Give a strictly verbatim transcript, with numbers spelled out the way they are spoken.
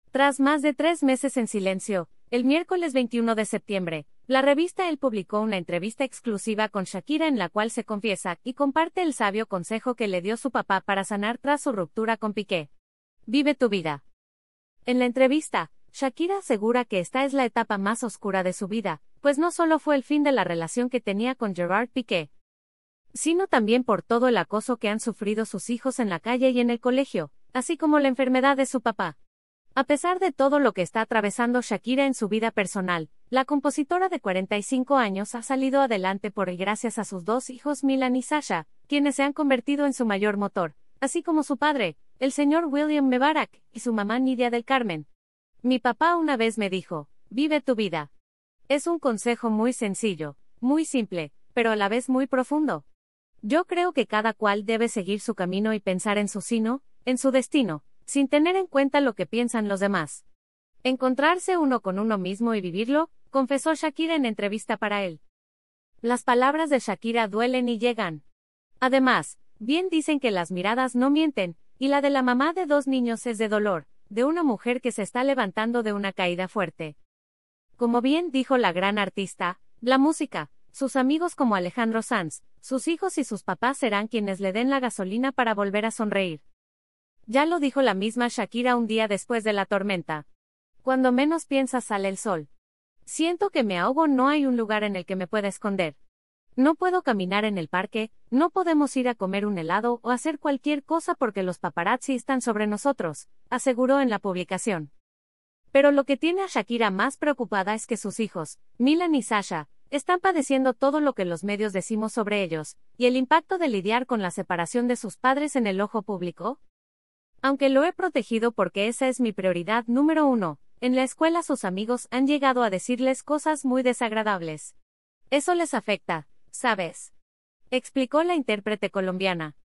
Tras más de tres meses en silencio, el miércoles veintiuno de septiembre, la revista Elle publicó una entrevista exclusiva con Shakira en la cual se confiesa y comparte el sabio consejo que le dio su papá para sanar tras su ruptura con Piqué. Vive tu vida. En la entrevista, Shakira asegura que esta es la etapa más oscura de su vida, pues no solo fue el fin de la relación que tenía con Gerard Piqué, sino también por todo el acoso que han sufrido sus hijos en la calle y en el colegio, así como la enfermedad de su papá. A pesar de todo lo que está atravesando Shakira en su vida personal, la compositora de cuarenta y cinco años ha salido adelante por y gracias a sus dos hijos Milan y Sasha, quienes se han convertido en su mayor motor, así como su padre, el señor William Mebarak, y su mamá Nidia del Carmen. Mi papá una vez me dijo, vive tu vida. Es un consejo muy sencillo, muy simple, pero a la vez muy profundo. Yo creo que cada cual debe seguir su camino y pensar en su sino, en su destino, sin tener en cuenta lo que piensan los demás. Encontrarse uno con uno mismo y vivirlo, confesó Shakira en entrevista para él. Las palabras de Shakira duelen y llegan. Además, bien dicen que las miradas no mienten, y la de la mamá de dos niños es de dolor, de una mujer que se está levantando de una caída fuerte. Como bien dijo la gran artista, la música, sus amigos como Alejandro Sanz, sus hijos y sus papás serán quienes le den la gasolina para volver a sonreír. Ya lo dijo la misma Shakira un día después de la tormenta. Cuando menos piensas sale el sol. Siento que me ahogo, no hay un lugar en el que me pueda esconder. No puedo caminar en el parque, no podemos ir a comer un helado o hacer cualquier cosa porque los paparazzi están sobre nosotros, aseguró en la publicación. Pero lo que tiene a Shakira más preocupada es que sus hijos, Milan y Sasha, están padeciendo todo lo que los medios decimos sobre ellos, y el impacto de lidiar con la separación de sus padres en el ojo público. Aunque lo he protegido porque esa es mi prioridad número uno, en la escuela sus amigos han llegado a decirles cosas muy desagradables. Eso les afecta, ¿sabes?, explicó la intérprete colombiana.